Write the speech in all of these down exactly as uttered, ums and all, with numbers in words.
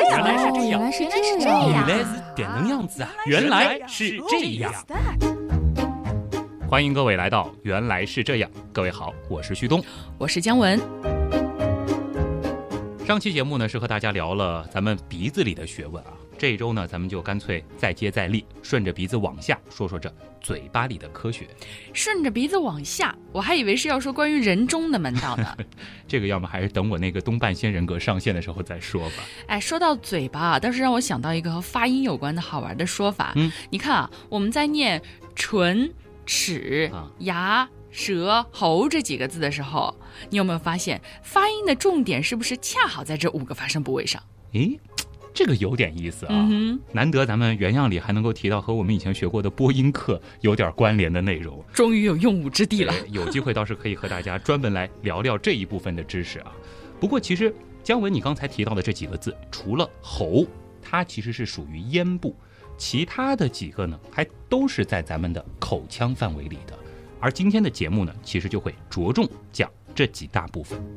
原来是这样， 原来是这样， 样， 原来是点能样子啊！原来是这样。欢迎各位来到《原来是这样》，各位好，我是旭东， 我是姜文。 上期节目呢是和大家聊了咱们鼻子里的学问啊，这一周呢咱们就干脆再接再厉，顺着鼻子往下说说这嘴巴里的科学。 顺着鼻子往下，我还以为是要说关于人中的门道呢。 这个要么还是等我那个东半仙人格上线的时候再说吧。 哎，说到嘴巴，倒是让我想到一个和发音有关的好玩的说法。 嗯， 你看啊，我们在念唇、齿、牙、舌、喉这几个字的时候，你有没有发现发音的重点是不是恰好在这五个发声部位上？ 诶，这个有点意思啊、 嗯、 难得咱们原样里还能够提到和我们以前学过的播音课有点关联的内容， 终于有用武之地了。 有机会倒是可以和大家专门来聊聊这一部分的知识啊。不过其实姜文你刚才提到的这几个字，除了喉，它其实是属于咽部，其他的几个呢还都是在咱们的口腔范围里的。而今天的节目呢，其实就会着重讲这几大部分。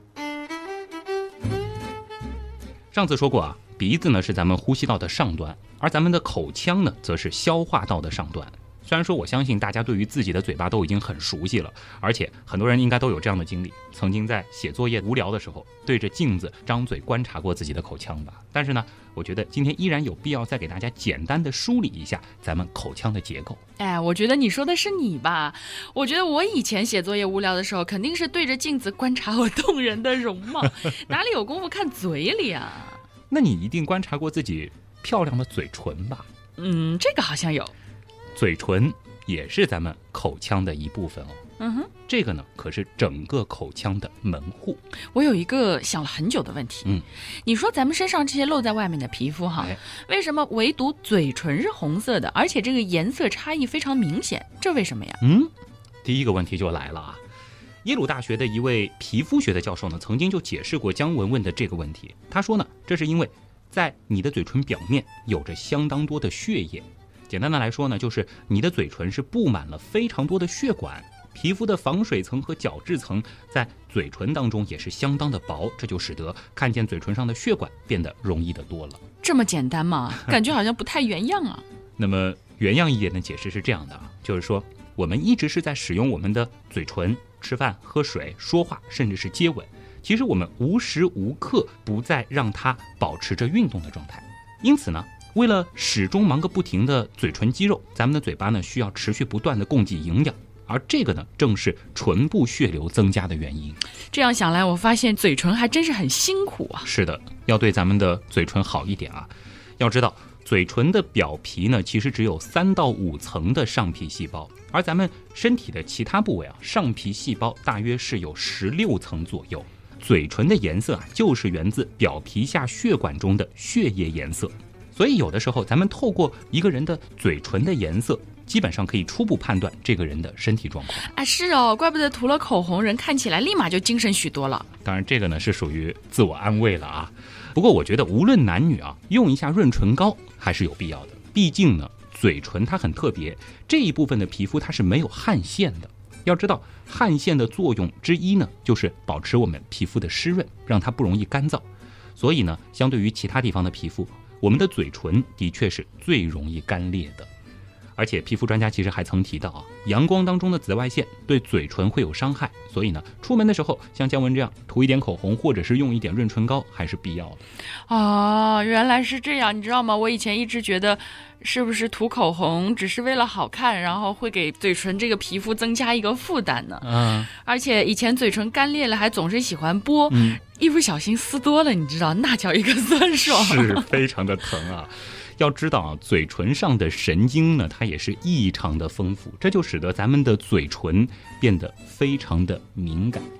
上次说过啊，鼻子呢是咱们呼吸道的上端，而咱们的口腔呢则是消化道的上端。虽然说我相信大家对于自己的嘴巴都已经很熟悉了，而且很多人应该都有这样的经历，曾经在写作业无聊的时候对着镜子张嘴观察过自己的口腔吧。但是呢，我觉得今天依然有必要再给大家简单的梳理一下咱们口腔的结构。 哎，我觉得你说的是你吧？我觉得我以前写作业无聊的时候肯定是对着镜子观察我动人的容貌，哪里有功夫看嘴里啊？ 那你一定观察过自己漂亮的嘴唇吧？ 嗯，这个好像有。 嘴唇也是咱们口腔的一部分哦。 嗯哼， 这个呢可是整个口腔的门户。 我有一个想了很久的问题。 嗯， 你说咱们身上这些露在外面的皮肤哈， 哎、 为什么唯独嘴唇是红色的，而且这个颜色差异非常明显？这为什么呀？ 嗯，第一个问题就来了啊。耶鲁大学的一位皮肤学的教授呢，曾经就解释过姜文问的这个问题。他说呢，这是因为在你的嘴唇表面有着相当多的血液。简单的来说呢，就是你的嘴唇是布满了非常多的血管，皮肤的防水层和角质层在嘴唇当中也是相当的薄，这就使得看见嘴唇上的血管变得容易得多了。 这么简单吗？感觉好像不太原样啊。 那么原样一点的解释是这样的啊，就是说我们一直是在使用我们的嘴唇吃饭、喝水、说话，甚至是接吻。其实我们无时无刻不在让它保持着运动的状态。因此呢，为了始终忙个不停的嘴唇肌肉，咱们的嘴巴呢需要持续不断的供给营养，而这个呢正是唇部血流增加的原因。 这样想来，我发现嘴唇还真是很辛苦啊。 是的，要对咱们的嘴唇好一点啊。要知道，嘴唇的表皮呢其实只有三到五层的上皮细胞，而咱们身体的其他部位啊，上皮细胞大约是有十六层左右。嘴唇的颜色啊，就是源自表皮下血管中的血液颜色。所以有的时候咱们透过一个人的嘴唇的颜色，基本上可以初步判断这个人的身体状况啊。是哦，怪不得涂了口红人看起来立马就精神许多了。 当然这个呢是属于自我安慰了啊。不过我觉得无论男女啊，用一下润唇膏还是有必要的。毕竟呢，嘴唇它很特别，这一部分的皮肤它是没有汗腺的。要知道汗腺的作用之一呢，就是保持我们皮肤的湿润，让它不容易干燥。所以呢，相对于其他地方的皮肤，我们的嘴唇的确是最容易干裂的。而且皮肤专家其实还曾提到啊，阳光当中的紫外线对嘴唇会有伤害，所以呢，出门的时候像姜文这样涂一点口红或者是用一点润唇膏还是必要的。 哦，原来是这样，你知道吗？我以前一直觉得是不是涂口红只是为了好看，然后会给嘴唇这个皮肤增加一个负担呢？ 嗯， 而且以前嘴唇干裂了还总是喜欢剥， 嗯， 一不小心撕多了，你知道那叫一个酸爽， 是非常的疼啊。要知道啊，嘴唇上的神经呢，它也是异常的丰富，这就使得咱们的嘴唇变得非常的敏感。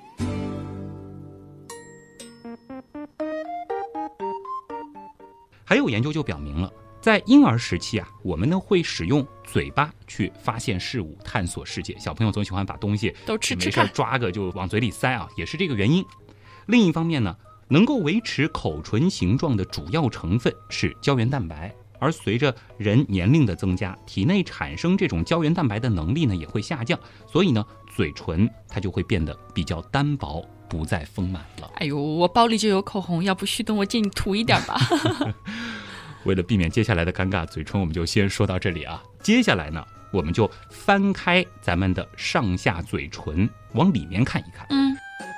还有研究就表明了，在婴儿时期啊，我们呢会使用嘴巴去发现事物、探索世界。小朋友总喜欢把东西都吃吃没事抓个就往嘴里塞啊，也是这个原因。另一方面呢，能够维持口唇形状的主要成分是胶原蛋白。而随着人年龄的增加，体内产生这种胶原蛋白的能力呢也会下降，所以呢，嘴唇它就会变得比较单薄， 不再丰满了。 哎呦，我包里就有口红，要不旭东我借你涂一点吧。 为了避免接下来的尴尬，嘴唇我们就先说到这里啊。接下来呢，我们就翻开咱们的上下嘴唇，往里面看一看。 嗯，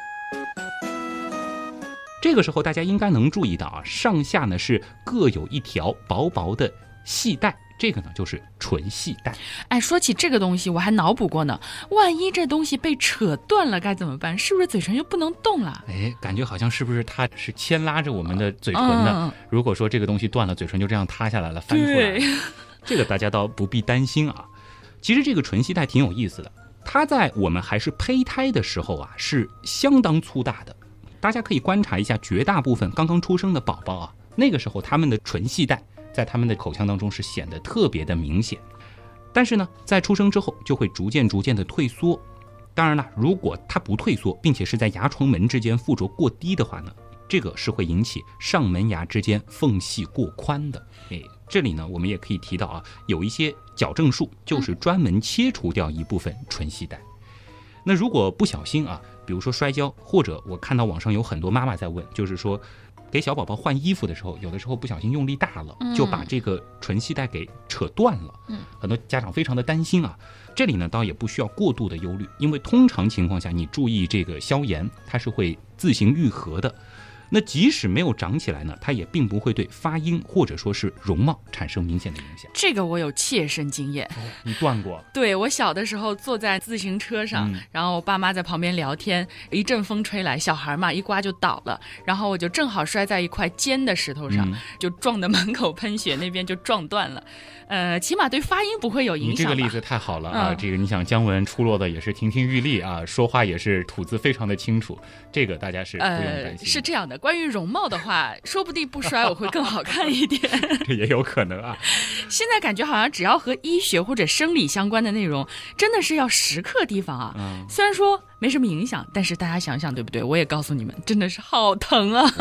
这个时候大家应该能注意到啊，上下呢是各有一条薄薄的系带，这个呢就是唇系带。 哎，说起这个东西，我还脑补过呢。万一这东西被扯断了该怎么办？是不是嘴唇就不能动了？ 哎，感觉好像是不是它是牵拉着我们的嘴唇的？嗯、如果说这个东西断了，嘴唇就这样塌下来了，翻出来了。这个大家倒不必担心啊。其实这个唇系带挺有意思的，它在我们还是胚胎的时候啊，是相当粗大的。大家可以观察一下，绝大部分刚刚出生的宝宝啊，那个时候他们的唇系带在他们的口腔当中是显得特别的明显。但是呢，在出生之后就会逐渐逐渐的退缩。当然了，如果它不退缩，并且是在牙床门之间附着过低的话呢，这个是会引起上门牙之间缝隙过宽的。哎，这里呢，我们也可以提到啊，有一些矫正术就是专门切除掉一部分唇系带。那如果不小心啊，比如说摔跤，或者我看到网上有很多妈妈在问，就是说给小宝宝换衣服的时候，有的时候不小心用力大了，就把这个唇系带给扯断了。嗯，很多家长非常的担心啊。这里呢，倒也不需要过度的忧虑，因为通常情况下，你注意这个消炎，它是会自行愈合的。那即使没有长起来呢，它也并不会对发音或者说是容貌产生明显的影响。 这个我有切身经验。 哦、你断过？ 对，我小的时候坐在自行车上，嗯、然后我爸妈在旁边聊天，一阵风吹来，小孩嘛一刮就倒了，然后我就正好摔在一块尖的石头上，嗯、就撞得满口喷血，那边就撞断了。呃，起码对发音不会有影响吧。 你这个例子太好了啊！嗯、这个你想姜文出落的也是亭亭玉立啊，说话也是吐字非常的清楚，这个大家是不用担心。 呃、是这样的，关于容貌的话，说不定不摔我会更好看一点。 这也有可能啊。 现在感觉好像只要和医学或者生理相关的内容，真的是要时刻提防啊。嗯、虽然说没什么影响，但是大家想想对不对？我也告诉你们，真的是好疼啊。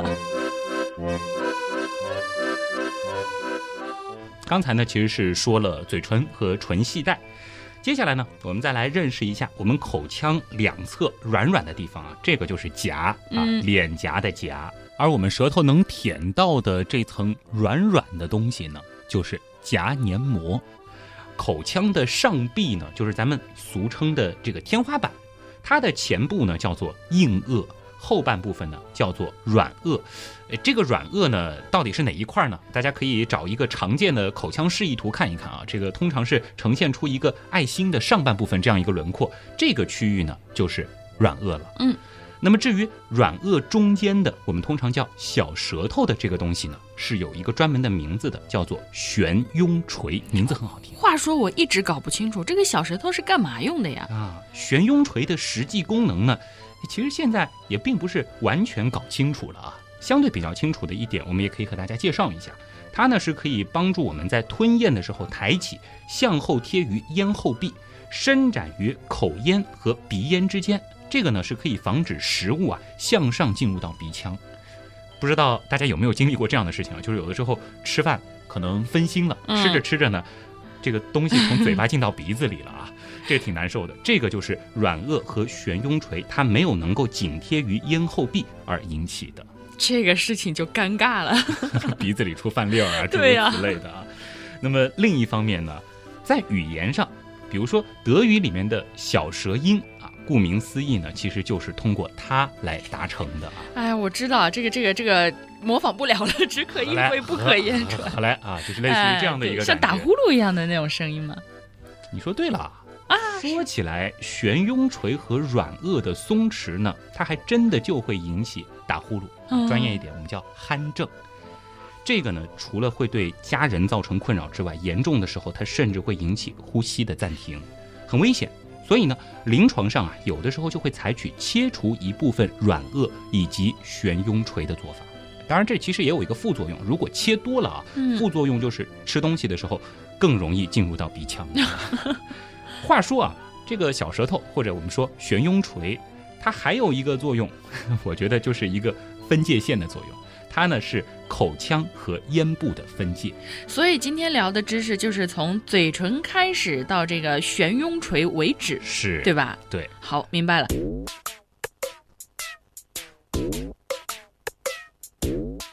刚才呢，其实是说了嘴唇和唇系带，接下来呢，我们再来认识一下我们口腔两侧软软的地方啊，这个就是颊啊，嗯、脸颊的颊，而我们舌头能舔到的这层软软的东西呢，就是颊黏膜。口腔的上壁呢，就是咱们俗称的这个天花板，它的前部呢叫做硬腭，后半部分呢叫做软腭。这个软腭呢到底是哪一块呢？大家可以找一个常见的口腔示意图看一看啊，这个通常是呈现出一个爱心的上半部分这样一个轮廓，这个区域呢就是软腭了。嗯，那么至于软腭中间的我们通常叫小舌头的这个东西呢，是有一个专门的名字的，叫做悬雍垂，名字很好听。 话说我一直搞不清楚这个小舌头是干嘛用的呀？ 啊，悬雍垂的实际功能呢，其实现在也并不是完全搞清楚了啊。相对比较清楚的一点，我们也可以和大家介绍一下，它呢是可以帮助我们在吞咽的时候抬起，向后贴于咽后壁，伸展于口咽和鼻咽之间。这个呢是可以防止食物啊向上进入到鼻腔。不知道大家有没有经历过这样的事情啊？就是有的时候吃饭可能分心了，嗯、吃着吃着呢，这个东西从嘴巴进到鼻子里了啊，这个挺难受的。这个就是软腭和悬雍垂它没有能够紧贴于咽后壁而引起的。 这个事情就尴尬了， 鼻子里出饭粒儿啊，诸如此类的啊。那么另一方面呢，在语言上，比如说德语里面的小舌音啊，顾名思义呢，其实就是通过它来达成的啊。 哎，我知道这个这个这个模仿不了了，只可意会不可言传。 好来啊，就是类似于这样的一个、哎、 像打呼噜一样的那种声音吗？ 你说对了。啊，说起来，悬雍垂和软腭的松弛呢，它还真的就会引起打呼噜。嗯、专业一点，我们叫鼾症。这个呢，除了会对家人造成困扰之外，严重的时候，它甚至会引起呼吸的暂停，很危险。所以呢，临床上啊，有的时候就会采取切除一部分软腭以及悬雍垂的做法。当然，这其实也有一个副作用，如果切多了啊，嗯、副作用就是吃东西的时候更容易进入到鼻腔。话说啊，这个小舌头或者我们说悬雍垂，它还有一个作用，我觉得就是一个分界线的作用。它呢是口腔和咽部的分界。 所以今天聊的知识就是从嘴唇开始到这个悬雍垂为止， 是， 对吧？ 对， 好，明白了。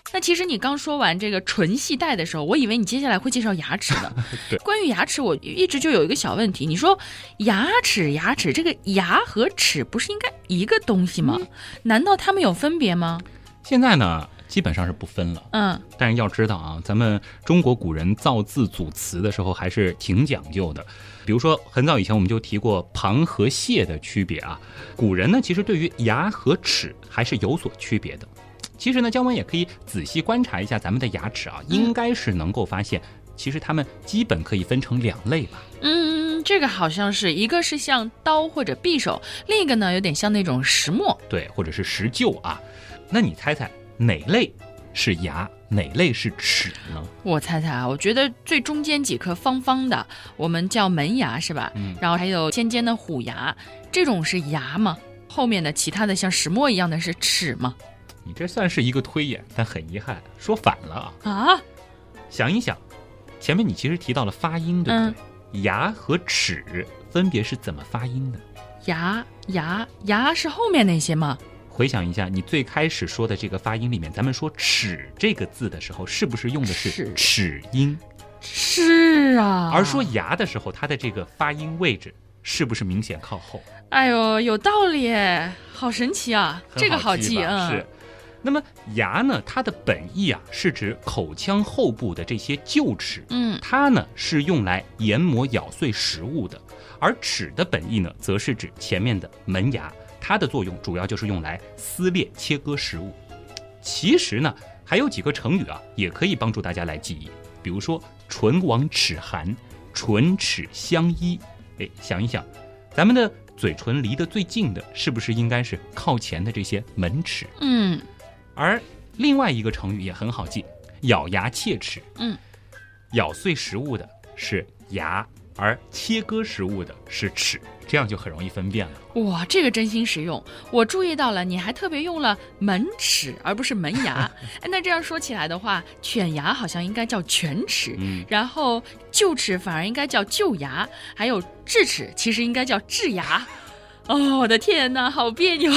那其实你刚说完这个唇系带的时候，我以为你接下来会介绍牙齿的。 对， 关于牙齿，我一直就有一个小问题。你说牙齿，牙齿，这个牙和齿不是应该一个东西吗？嗯、难道它们有分别吗？ 现在呢，基本上是不分了。 嗯， 但是要知道啊，咱们中国古人造字组词的时候还是挺讲究的。比如说，很早以前我们就提过旁和谢的区别啊。古人呢，其实对于牙和齿还是有所区别的。其实呢，姜文也可以仔细观察一下咱们的牙齿啊，应该是能够发现，其实它们基本可以分成两类吧。 嗯，这个好像是一个是像刀或者匕首，另一个呢有点像那种石磨， 对，或者是石臼啊。那你猜猜哪类是牙，哪类是齿呢？ 我猜猜啊，我觉得最中间几颗方方的，我们叫门牙是吧？嗯，然后还有尖尖的虎牙，这种是牙吗？后面的其他的像石磨一样的是齿吗？ 你这算是一个推演，但很遗憾，说反了啊！ 啊， 想一想，前面你其实提到了发音，对不对？嗯、牙和齿分别是怎么发音的？ 牙牙牙是后面那些吗？ 回想一下，你最开始说的这个发音里面，咱们说齿这个字的时候，是不是用的是齿音？ 是啊。 而说牙的时候，它的这个发音位置是不是明显靠后？ 哎呦，有道理，好神奇啊！这个好记啊。 是。那么牙呢，它的本意啊是指口腔后部的这些臼齿， 嗯， 它呢是用来研磨咬碎食物的，而齿的本意呢，则是指前面的门牙。它的作用主要就是用来撕裂切割食物。其实呢，还有几个成语啊，也可以帮助大家来记忆，比如说唇亡齿寒、唇齿相依。哎，想一想，咱们的嘴唇离得最近的，是不是应该是靠前的这些门齿？ 嗯。 而另外一个成语也很好记，咬牙切齿。 嗯， 咬碎食物的是牙，而切割食物的是齿，这样就很容易分辨了。 哇，这个真心实用，我注意到了，你还特别用了门齿而不是门牙。哎，那这样说起来的话，犬牙好像应该叫犬齿， 嗯、 然后臼齿反而应该叫臼牙，还有智齿其实应该叫智牙。哦，我的天哪，好别扭。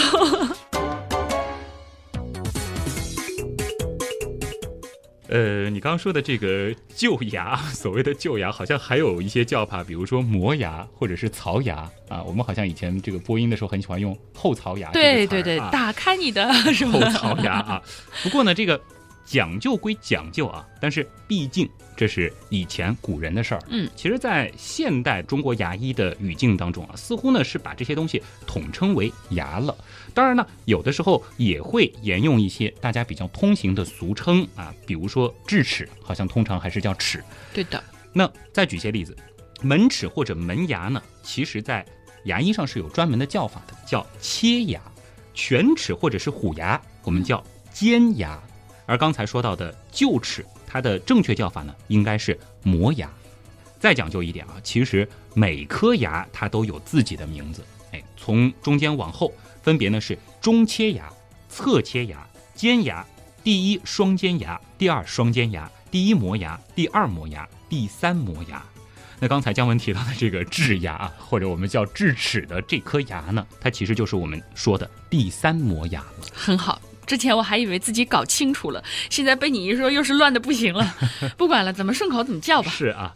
呃，你刚刚说的这个臼牙，所谓的臼牙，好像还有一些叫法，比如说磨牙或者是槽牙啊。我们好像以前这个播音的时候很喜欢用后槽牙。 对对对，啊、打开你的是吧？ 后槽牙啊。不过呢，这个讲究归讲究啊，但是毕竟这是以前古人的事儿。 嗯， 其实，在现代中国牙医的语境当中啊，似乎呢是把这些东西统称为牙了。当然呢，有的时候也会沿用一些大家比较通行的俗称啊，比如说智齿，好像通常还是叫齿。 对的。 那再举些例子，门齿或者门牙呢，其实在牙医上是有专门的叫法的，叫切牙。犬齿或者是虎牙，我们叫尖牙。而刚才说到的臼齿，它的正确叫法呢，应该是磨牙。再讲究一点啊，其实每颗牙它都有自己的名字，哎，从中间往后，分别呢是中切牙、侧切牙、尖牙、第一双尖牙、第二双尖牙、第一磨牙、第二磨牙、第三磨牙。那刚才姜文提到的这个智牙，或者我们叫智齿的这颗牙呢，它其实就是我们说的第三磨牙了。 很好。之前我还以为自己搞清楚了，现在被你一说又是乱的不行了。不管了，怎么顺口怎么叫吧。 是啊。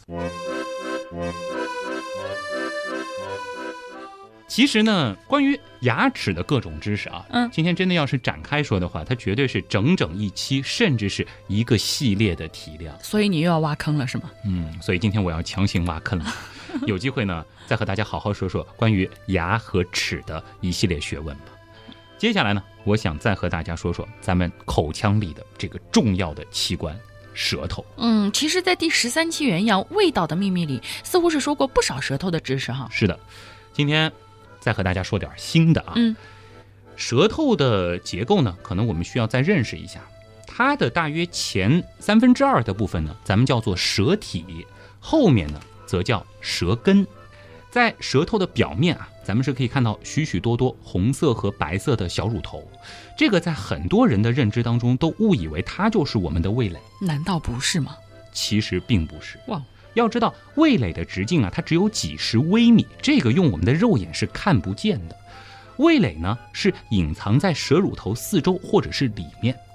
其实呢，关于牙齿的各种知识啊， 嗯， 今天真的要是展开说的话，它绝对是整整一期，甚至是一个系列的体量。 所以你又要挖坑了是吗？ 嗯，所以今天我要强行挖坑了。有机会呢，再和大家好好说说关于牙和齿的一系列学问吧。接下来呢，我想再和大家说说咱们口腔里的这个重要的器官——舌头。 嗯，其实在第十三期元阳味道的秘密里，似乎是说过不少舌头的知识哈。 是的，今天再和大家说点新的啊。 嗯， 舌头的结构呢，可能我们需要再认识一下。它的大约前三分之二的部分呢，咱们叫做舌体，后面呢则叫舌根。在舌头的表面啊，咱们是可以看到许许多多红色和白色的小乳头，这个在很多人的认知当中都误以为它就是我们的味蕾。 难道不是吗？ 其实并不是。 哇， 要知道味蕾的直径啊，它只有几十微米，这个用我们的肉眼是看不见的。味蕾呢是隐藏在舌乳头四周或者是里面，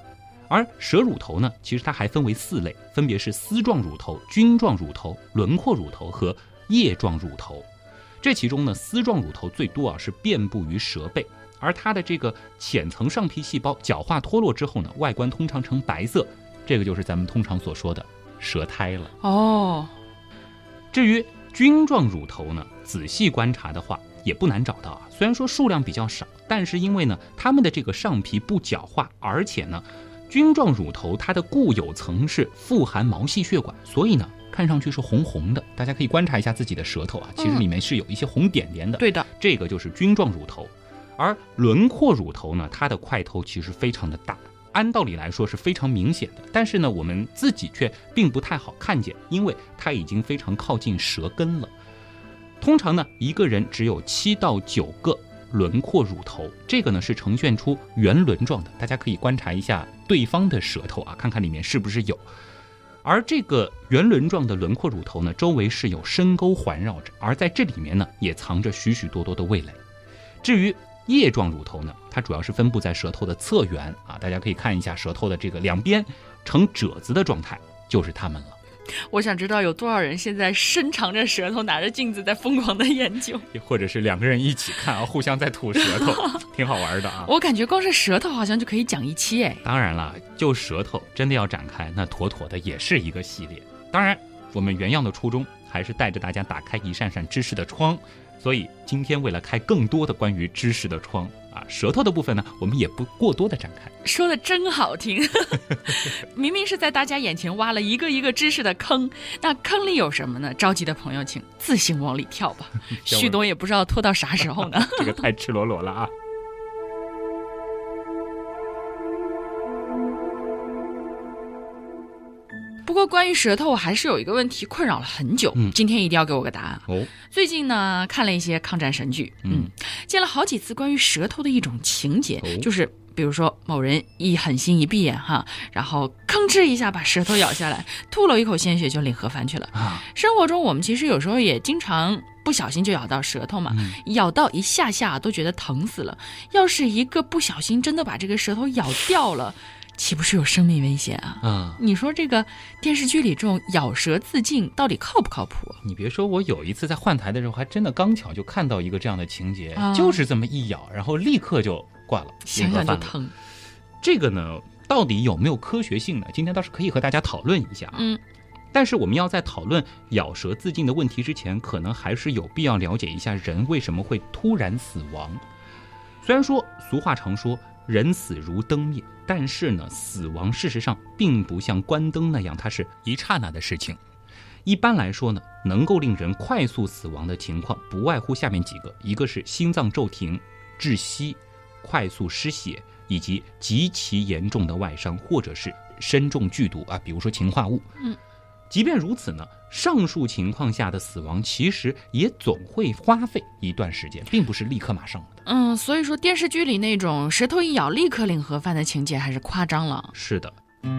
而蛇乳头呢，其实它还分为四类，分别是丝状乳头、菌状乳头、轮廓乳头和叶状乳头。这其中呢，丝状乳头最多啊是遍布于舌背，而它的这个浅层上皮细胞角化脱落之后呢，外观通常呈白色，这个就是咱们通常所说的舌苔了。 哦， 至于菌状乳头呢，仔细观察的话也不难找到啊。虽然说数量比较少，但是因为呢，它们的这个上皮不角化，而且呢，菌状乳头它的固有层是富含毛细血管，所以呢，看上去是红红的。大家可以观察一下自己的舌头啊，其实里面是有一些红点点的。 对的， 这个就是菌状乳头。而轮廓乳头呢，它的块头其实非常的大，按道理来说是非常明显的，但是呢，我们自己却并不太好看见，因为它已经非常靠近舌根了。通常呢，一个人只有七到九个轮廓乳头，这个呢是呈现出圆轮状的，大家可以观察一下对方的舌头啊，看看里面是不是有。而这个圆轮状的轮廓乳头呢，周围是有深沟环绕着，而在这里面呢，也藏着许许多多的味蕾。至于叶状乳头呢，它主要是分布在舌头的侧缘啊，大家可以看一下舌头的这个两边呈褶子的状态，就是它们了。 我想知道有多少人现在伸长着舌头，拿着镜子在疯狂的研究， 或者是两个人一起看啊，互相在吐舌头，挺好玩的啊。 我感觉光是舌头好像就可以讲一期哎。 当然了，就舌头真的要展开，那妥妥的也是一个系列。当然，我们原样的初衷还是带着大家打开一扇扇知识的窗，所以今天为了开更多的关于知识的窗啊，舌头的部分呢，我们也不过多的展开。 说的真好听，明明是在大家眼前挖了一个一个知识的坑，那坑里有什么呢？着急的朋友请自行往里跳吧，旭东也不知道拖到啥时候呢。 这个太赤裸裸了啊。 不过关于舌头，我还是有一个问题困扰了很久，嗯、今天一定要给我个答案。 哦， 最近呢看了一些抗战神剧，嗯，见了好几次关于舌头的一种情节，哦、就是比如说某人一狠心一闭眼哈，然后吭哧一下把舌头咬下来，吐了一口鲜血就领盒饭去了。啊、生活中我们其实有时候也经常不小心就咬到舌头嘛，嗯、咬到一下下都觉得疼死了。要是一个不小心真的把这个舌头咬掉了，岂不是有生命危险啊？嗯，你说这个电视剧里这种咬舌自尽到底靠不靠谱？ 你别说，我有一次在换台的时候，还真的刚巧就看到一个这样的情节，啊、就是这么一咬，然后立刻就挂了， 想想就疼。 这个呢，到底有没有科学性呢？今天倒是可以和大家讨论一下啊。 嗯， 但是我们要在讨论咬舌自尽的问题之前，可能还是有必要了解一下人为什么会突然死亡。虽然说俗话常说人死如灯灭，但是呢，死亡事实上并不像关灯那样，它是一刹那的事情。一般来说呢，能够令人快速死亡的情况不外乎下面几个，一个是心脏骤停、窒息、快速失血，以及极其严重的外伤，或者是身中剧毒啊，比如说氰化物。 嗯， 即便如此呢，上述情况下的死亡其实也总会花费一段时间，并不是立刻马上的。 嗯，所以说电视剧里那种舌头一咬立刻领盒饭的情节还是夸张了。 是的。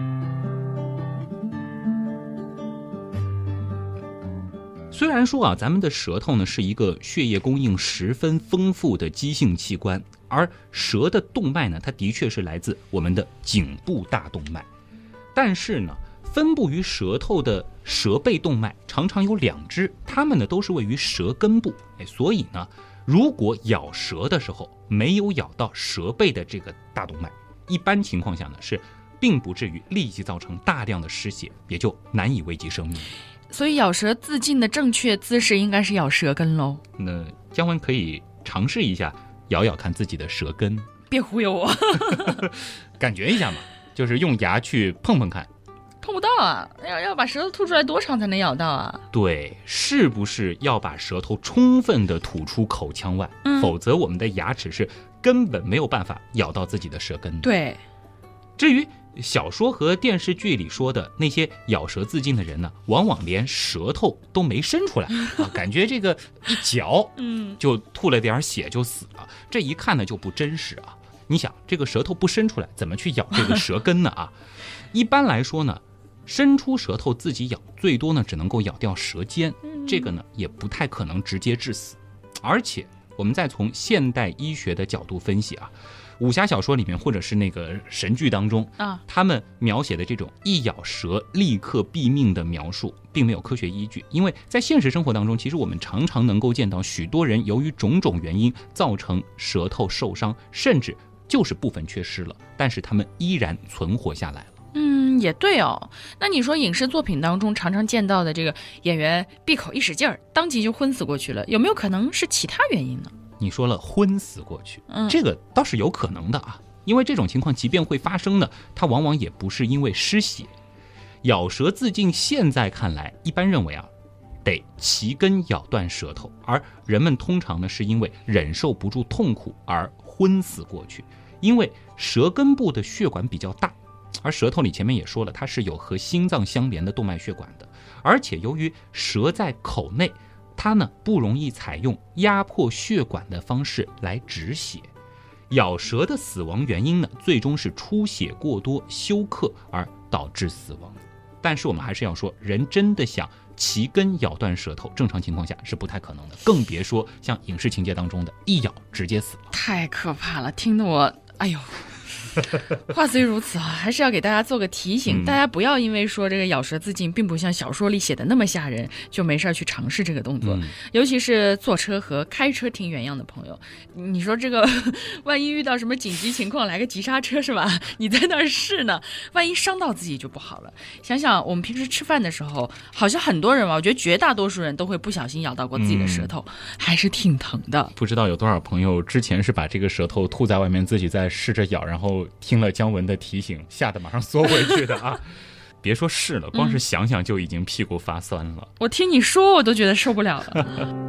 虽然说啊，咱们的舌头呢是一个血液供应十分丰富的肌性器官，而舌的动脉呢，它的确是来自我们的颈部大动脉，但是呢，分布于舌头的舌背动脉常常有两支，它们呢都是位于舌根部。哎，所以呢，如果咬舌的时候没有咬到舌背的这个大动脉，一般情况下呢是并不至于立即造成大量的失血，也就难以危及生命。 所以咬舌自尽的正确姿势应该是咬舌根喽。 那姜文可以尝试一下咬咬看自己的舌根， 别忽悠我， 感觉一下嘛，就是用牙去碰碰看。 碰不到啊，要要把舌头吐出来多长才能咬到啊？ 对，是不是要把舌头充分的吐出口腔外，嗯、否则我们的牙齿是根本没有办法咬到自己的舌根的。 对， 至于小说和电视剧里说的那些咬舌自尽的人呢，往往连舌头都没伸出来啊，感觉这个一嚼，嗯，就吐了点血就死了。这一看呢就不真实啊！你想，这个舌头不伸出来，怎么去咬这个舌根呢？啊，一般来说呢，伸出舌头自己咬，最多呢只能够咬掉舌尖，这个呢也不太可能直接致死。而且我们再从现代医学的角度分析啊。 武侠小说里面或者是那个神剧当中啊，他们描写的这种一咬舌立刻毙命的描述并没有科学依据，因为在现实生活当中，其实我们常常能够见到许多人由于种种原因造成舌头受伤，甚至就是部分缺失了，但是他们依然存活下来了。 嗯，也对哦。那你说影视作品当中常常见到的这个演员闭口一使劲儿，当即就昏死过去了，有没有可能是其他原因呢？ 你说了昏死过去， 嗯， 这个倒是有可能的啊，因为这种情况即便会发生呢，它往往也不是因为失血。咬舌自尽现在看来，一般认为啊，得齐根咬断舌头，而人们通常呢是因为忍受不住痛苦而昏死过去，因为舌根部的血管比较大，而舌头里前面也说了，它是有和心脏相连的动脉血管的，而且由于舌在口内，它呢不容易采用压迫血管的方式来止血。咬舌的死亡原因呢，最终是出血过多休克而导致死亡。但是我们还是要说，人真的想齐根咬断舌头，正常情况下是不太可能的，更别说像影视情节当中的一咬直接死了， 太可怕了，听得我哎呦。话虽如此啊，还是要给大家做个提醒、嗯、大家不要因为说这个咬舌自尽并不像小说里写的那么吓人，就没事去尝试这个动作、嗯、尤其是坐车和开车听原样的朋友，你说这个万一遇到什么紧急情况来个急刹车是吧，你在那儿试呢，万一伤到自己就不好了。想想我们平时吃饭的时候，好像很多人吧，我觉得绝大多数人都会不小心咬到过自己的舌头、嗯、还是挺疼的。 不知道有多少朋友之前是把这个舌头吐在外面，自己在试着咬，然后听了姜文的提醒，吓得马上缩回去的啊！别说试了，光是想想就已经屁股发酸了、嗯、 我听你说我都觉得受不了了。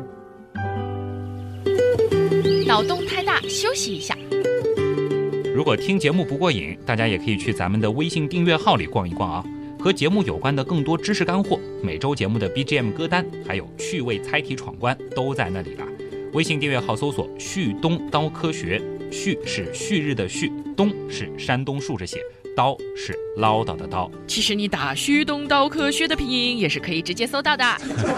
脑洞太大，休息一下。 如果听节目不过瘾，大家也可以去咱们的微信订阅号里逛一逛啊，和节目有关的更多知识干货，每周节目的 B G M 歌单，还有趣味猜题闯关都在那里了。微信订阅号搜索旭东刀科学，旭是旭日的旭，东是山东竖着写，刀是唠叨的刀。 其实你打旭东刀科学的拼音也是可以直接搜到的。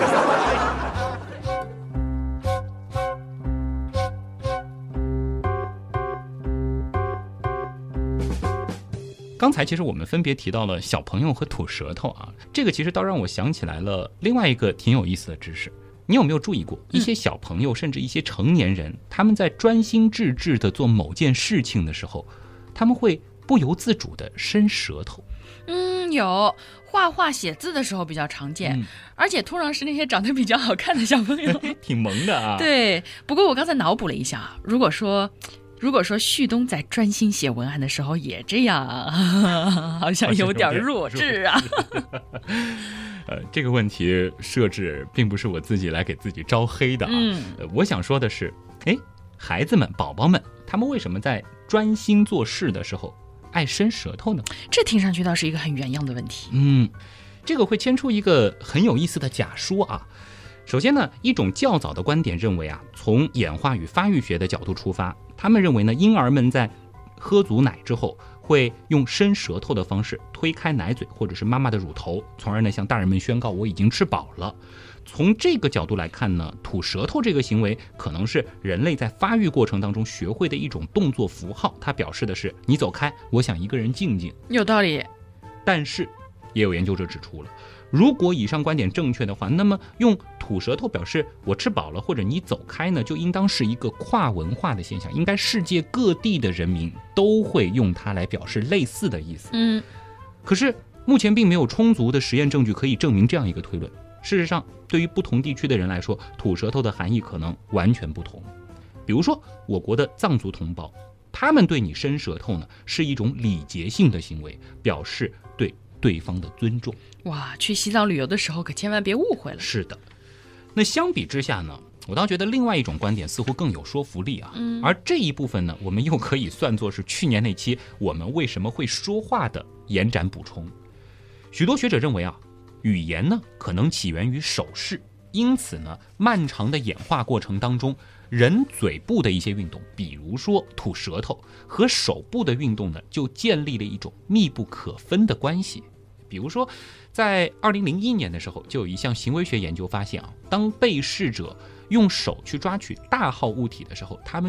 刚才其实我们分别提到了小朋友和吐舌头啊，这个其实倒让我想起来了另外一个挺有意思的知识。你有没有注意过一些小朋友、嗯、甚至一些成年人，他们在专心致志地做某件事情的时候，他们会不由自主地伸舌头？ 嗯，有画画写字的时候比较常见、嗯、而且通常是那些长得比较好看的小朋友。 挺萌的啊。 对，不过我刚才脑补了一下，如果说如果说旭东在专心写文案的时候也这样，好像有点弱智啊。 呃，这个问题设置并不是我自己来给自己招黑的啊。嗯呃、我想说的是，哎，孩子们、宝宝们，他们为什么在专心做事的时候爱伸舌头呢？ 这听上去倒是一个很原样的问题。 嗯，这个会牵出一个很有意思的假说啊。首先呢，一种较早的观点认为啊，从演化与发育学的角度出发，他们认为呢，婴儿们在喝足奶之后，会用伸舌头的方式推开奶嘴或者是妈妈的乳头，从而呢向大人们宣告我已经吃饱了。从这个角度来看呢，吐舌头这个行为可能是人类在发育过程当中学会的一种动作符号，它表示的是你走开，我想一个人静静。 有道理。 但是也有研究者指出了，如果以上观点正确的话，那么用吐舌头表示我吃饱了或者你走开呢，就应当是一个跨文化的现象，应该世界各地的人民都会用它来表示类似的意思。 嗯， 可是目前并没有充足的实验证据可以证明这样一个推论。事实上，对于不同地区的人来说，吐舌头的含义可能完全不同。比如说我国的藏族同胞，他们对你伸舌头呢，是一种礼节性的行为，表示对对方的尊重。 哇，去西藏旅游的时候可千万别误会了。 是的。那相比之下呢，我倒觉得另外一种观点似乎更有说服力啊。 嗯， 而这一部分呢，我们又可以算作是去年那期我们为什么会说话的延展补充。许多学者认为啊，语言呢可能起源于手势，因此呢，漫长的演化过程当中，人嘴部的一些运动，比如说吐舌头，和手部的运动呢，就建立了一种密不可分的关系。比如说，在二零零一年的时候，就有一项行为学研究发现啊，当被试者用手去抓取大号物体的时候，他们就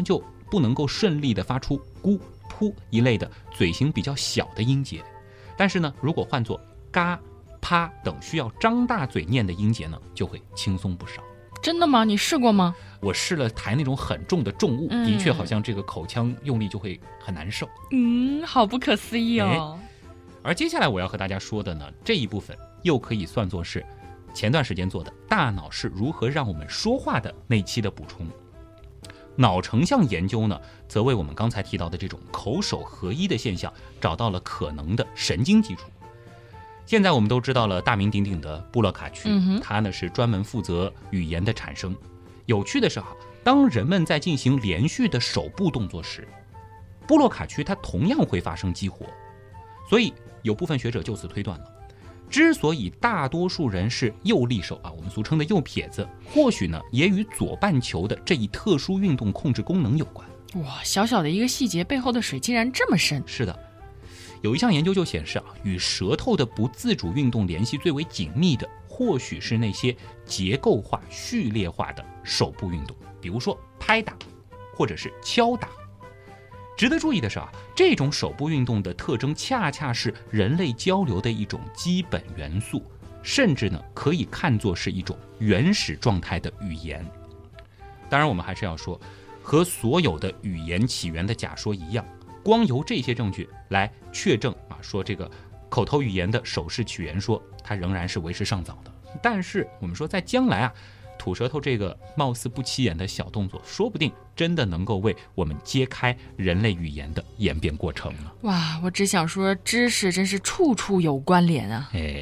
不能够顺利的发出咕、噗一类的嘴型比较小的音节。但是呢，如果换作嘎、啪等需要张大嘴念的音节呢，就会轻松不少。 真的吗？你试过吗？ 我试了抬那种很重的重物，嗯、的确好像这个口腔用力就会很难受。 嗯，好不可思议哦。 而接下来我要和大家说的呢，这一部分又可以算作是前段时间做的大脑是如何让我们说话的那期的补充。脑成像研究呢，则为我们刚才提到的这种口手合一的现象找到了可能的神经基础。现在我们都知道了大名鼎鼎的布洛卡区， 嗯、 它呢是专门负责语言的产生。有趣的是哈，当人们在进行连续的手部动作时，布洛卡区它同样会发生激活。所以有部分学者就此推断了，之所以大多数人是右利手啊，我们俗称的右撇子，或许呢也与左半球的这一特殊运动控制功能有关。 哇，小小的一个细节背后的水竟然这么深。 是的，有一项研究就显示啊，与舌头的不自主运动联系最为紧密的，或许是那些结构化、序列化的手部运动，比如说拍打，或者是敲打。值得注意的是啊，这种手部运动的特征恰恰是人类交流的一种基本元素，甚至呢可以看作是一种原始状态的语言。当然我们还是要说，和所有的语言起源的假说一样，光由这些证据来确证啊，说这个口头语言的手势起源说，它仍然是为时尚早的。但是我们说在将来啊，吐舌头这个貌似不起眼的小动作，说不定真的能够为我们揭开人类语言的演变过程呢。 哇，我只想说，知识真是处处有关联啊！ 哎，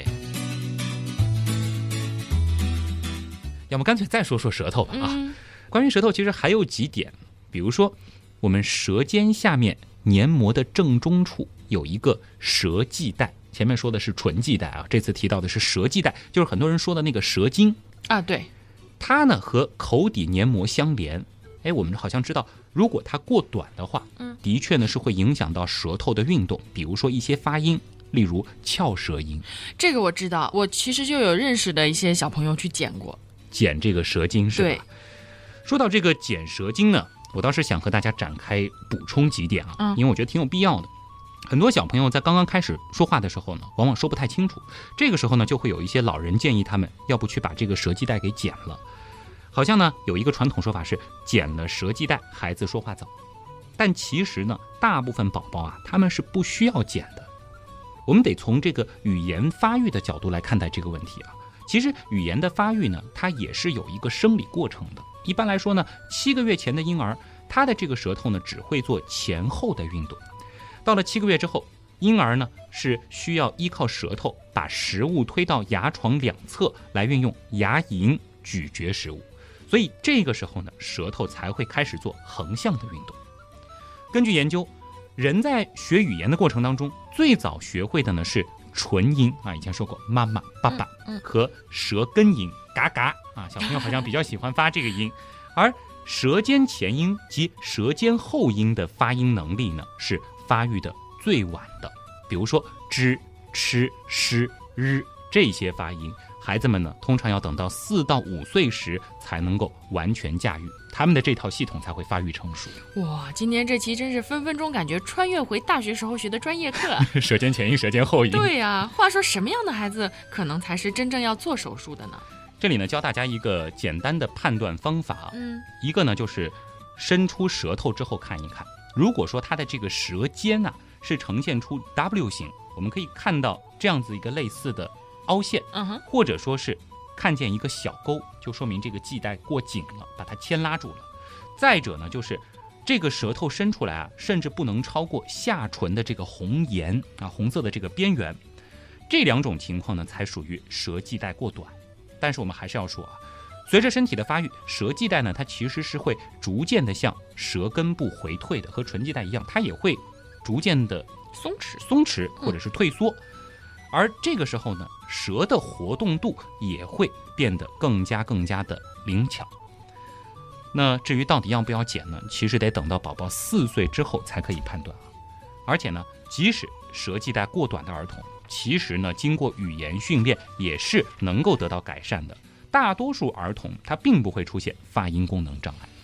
要么干脆再说说舌头吧啊。 嗯、 关于舌头，其实还有几点，比如说我们舌尖下面黏膜的正中处有一个舌系带，前面说的是唇系带啊，这次提到的是舌系带，就是很多人说的那个舌筋啊，对。 它呢和口底黏膜相连，哎，我们好像知道，如果它过短的话， 嗯， 的确呢是会影响到舌头的运动，比如说一些发音，例如翘舌音。 这个我知道，我其实就有认识的一些小朋友去剪过， 剪这个舌筋是吧？ 对。 说到这个剪舌筋呢，我倒是想和大家展开补充几点啊， 嗯、 因为我觉得挺有必要的。很多小朋友在刚刚开始说话的时候呢，往往说不太清楚，这个时候呢，就会有一些老人建议他们，要不去把这个舌系带给剪了。好像呢有一个传统说法是剪了舌系带，孩子说话早。但其实呢，大部分宝宝啊，他们是不需要剪的。我们得从这个语言发育的角度来看待这个问题啊。其实语言的发育呢，它也是有一个生理过程的。一般来说呢，七个月前的婴儿，他的这个舌头呢，只会做前后的运动。到了七个月之后，婴儿呢是需要依靠舌头把食物推到牙床两侧，来运用牙龈咀嚼食物。所以这个时候呢，舌头才会开始做横向的运动。根据研究，人在学语言的过程当中，最早学会的呢是唇音啊，以前说过妈妈、爸爸和舌根音嘎嘎啊，小朋友好像比较喜欢发这个音。而舌尖前音及舌尖后音的发音能力呢，是发育的最晚的。比如说知、吃、诗、日这些发音，孩子们呢通常要等到四到五岁时才能够完全驾驭，他们的这套系统才会发育成熟。 哇，今天这期真是分分钟感觉穿越回大学时候学的专业课。 舌尖前音，舌尖后音。 对呀、啊，话说什么样的孩子可能才是真正要做手术的呢？ 这里呢教大家一个简单的判断方法， 嗯， 一个呢就是伸出舌头之后看一看，如果说它的这个舌尖啊是呈现出 W 型，我们可以看到这样子一个类似的凹陷， 嗯哼， 或者说是看见一个小沟，就说明这个系带过紧了，把它牵拉住了。再者呢，就是这个舌头伸出来啊，甚至不能超过下唇的这个红沿啊，红色的这个边缘。这两种情况呢，才属于舌系带过短。但是我们还是要说啊，随着身体的发育，舌系带呢，它其实是会逐渐的向舌根部回退的，和唇系带一样，它也会逐渐的松弛、 松弛或者是退缩。嗯，而这个时候呢，舌的活动度也会变得更加更加的灵巧。那至于到底要不要剪呢？其实得等到宝宝四岁之后才可以判断啊。而且呢，即使舌系带过短的儿童，其实呢，经过语言训练也是能够得到改善的。大多数儿童他并不会出现发音功能障碍。 哎，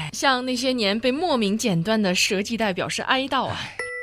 哎，向那些年被莫名剪断的舌系带表示哀悼啊。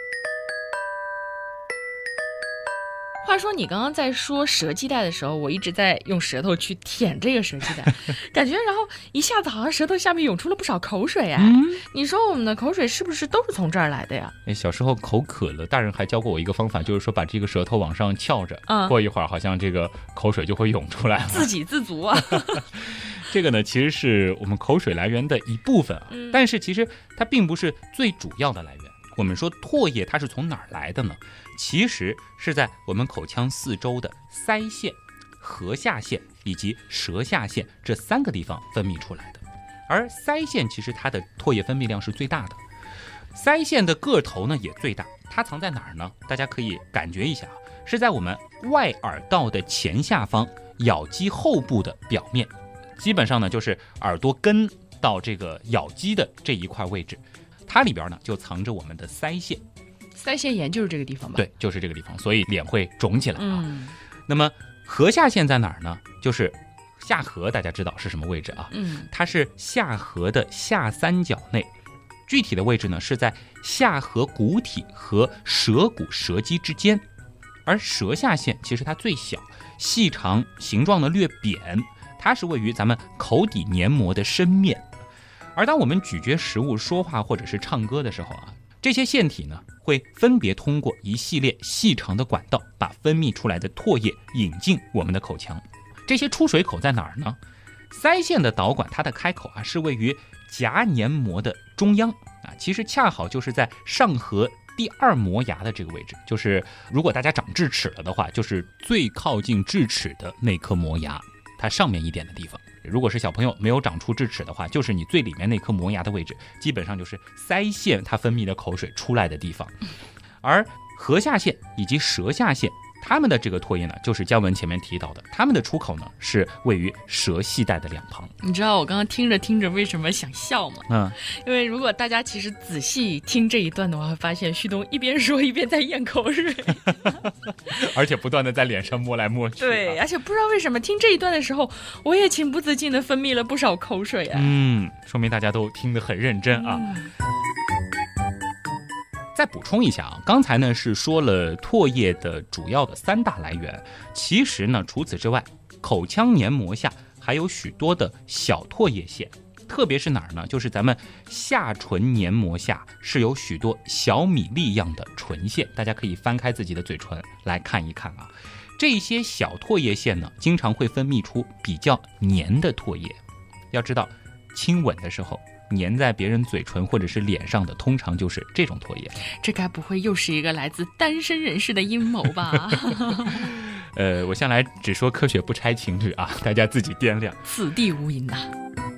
话说你刚刚在说舌系带的时候，我一直在用舌头去舔这个舌系带，感觉然后一下子好像舌头下面涌出了不少口水哎、嗯。你说我们的口水是不是都是从这儿来的呀？ 哎，小时候口渴了，大人还教过我一个方法，就是说把这个舌头往上翘着，嗯、过一会儿好像这个口水就会涌出来了， 自给自足啊。 这个呢，其实是我们口水来源的一部分啊，嗯、但是其实它并不是最主要的来源。我们说唾液它是从哪儿来的呢？其实是在我们口腔四周的腮腺、颌下腺以及舌下腺这三个地方分泌出来的。而腮腺其实它的唾液分泌量是最大的，腮腺的个头呢也最大，它藏在哪儿呢？大家可以感觉一下，是在我们外耳道的前下方咬肌后部的表面，基本上呢就是耳朵根到这个咬肌的这一块位置。它里边呢就藏着我们的腮腺， 腮腺炎就是这个地方吧？ 对，就是这个地方，所以脸会肿起来啊。嗯、那么颌下腺在哪儿呢？就是下颌，大家知道是什么位置啊？嗯，它是下颌的下三角内，具体的位置呢是在下颌骨体和舌骨舌基之间。而舌下腺其实它最小，细长，形状呢略扁，它是位于咱们口底黏膜的深面。而当我们咀嚼食物、说话或者是唱歌的时候啊，这些腺体呢会分别通过一系列细长的管道，把分泌出来的唾液引进我们的口腔。这些出水口在哪儿呢？腮腺的导管，它的开口啊是位于颊黏膜的中央啊，其实恰好就是在上颌第二磨牙的这个位置，就是如果大家长智齿了的话，就是最靠近智齿的那颗磨牙，它上面一点的地方。如果是小朋友没有长出智齿的话，就是你最里面那颗磨牙的位置，基本上就是腮腺它分泌的口水出来的地方。而颌下腺以及舌下腺，它们的这个唾液呢，就是姜文前面提到的，它们的出口呢是位于舌系带的两旁。 你知道我刚刚听着听着为什么想笑吗？ 嗯， 因为如果大家其实仔细听这一段的话，会发现旭东一边说一边在咽口水， 而且不断的在脸上摸来摸去、啊。 对，而且不知道为什么听这一段的时候，我也情不自禁的分泌了不少口水啊。 嗯，说明大家都听得很认真啊。嗯，再补充一下啊，刚才呢是说了唾液的主要的三大来源，其实呢除此之外，口腔黏膜下还有许多的小唾液腺，特别是哪儿呢？就是咱们下唇黏膜下是有许多小米粒样的唇腺，大家可以翻开自己的嘴唇来看一看啊。这些小唾液腺呢，经常会分泌出比较黏的唾液。要知道，亲吻的时候粘在别人嘴唇或者是脸上的，通常就是这种唾液。 这该不会又是一个来自单身人士的阴谋吧？ 呃，我向来只说科学不拆情侣啊，大家自己掂量。 此地无银呐。